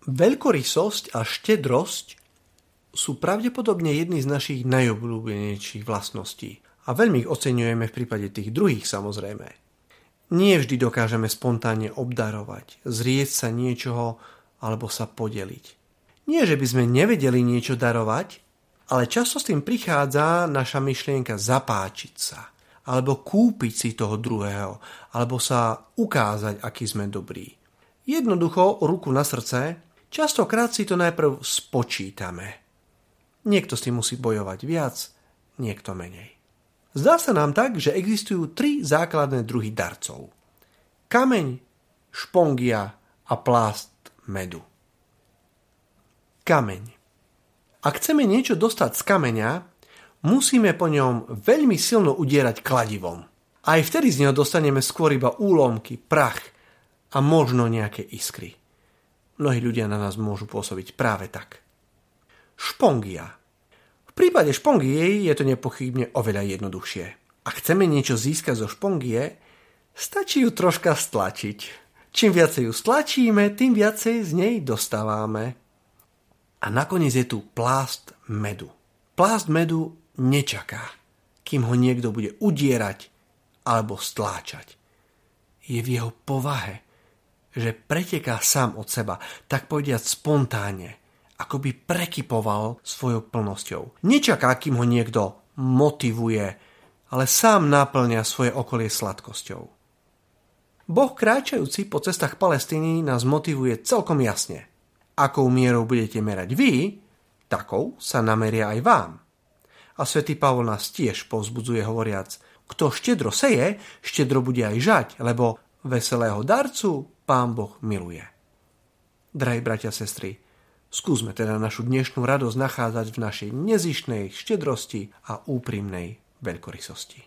Veľkorysosť a štedrosť sú pravdepodobne jedny z našich najobľúbenejších vlastností a veľmi ich oceňujeme v prípade tých druhých samozrejme. Nie vždy dokážeme spontánne obdarovať, zrieť sa niečoho alebo sa podeliť. Nie, že by sme nevedeli niečo darovať, ale často s tým prichádza naša myšlienka zapáčiť sa, alebo kúpiť si toho druhého, alebo sa ukázať, aký sme dobrí. Jednoducho, ruku na srdce, častokrát si to najprv spočítame. Niekto si musí bojovať viac, niekto menej. Zdá sa nám tak, že existujú 3 základné druhy darcov. Kameň, špongia a plást medu. Kameň. Ak chceme niečo dostať z kameňa, musíme po ňom veľmi silno udierať kladivom. Aj vtedy z neho dostaneme skôr iba úlomky, prach a možno nejaké iskry. Mnohí ľudia na nás môžu pôsobiť práve tak. Špongia. V prípade špongie je to nepochybne oveľa jednoduchšie. Ak chceme niečo získať zo špongie, stačí ju troška stlačiť. Čím viacej ju stlačíme, tým viacej z nej dostávame. A nakoniec je tu plást medu. Plást medu nečaká, kým ho niekto bude udierať alebo stláčať. Je v jeho povahe, že preteká sám od seba, tak povediať spontánne, ako by prekypoval svojou plnosťou. Nečaká, kým ho niekto motivuje, ale sám naplňa svoje okolie sladkosťou. Boh kráčajúci po cestách Palestíny nás motivuje celkom jasne. Akou mierou budete merať vy, takou sa nameria aj vám. A svätý Pavol nás tiež povzbudzuje hovoriac, kto štedro seje, štedro bude aj žať, lebo veselého darcu Pán Boh miluje. Drahí bratia a sestry, skúsme teda našu dnešnú radosť nachádzať v našej nezištnej štedrosti a úprimnej veľkorysosti.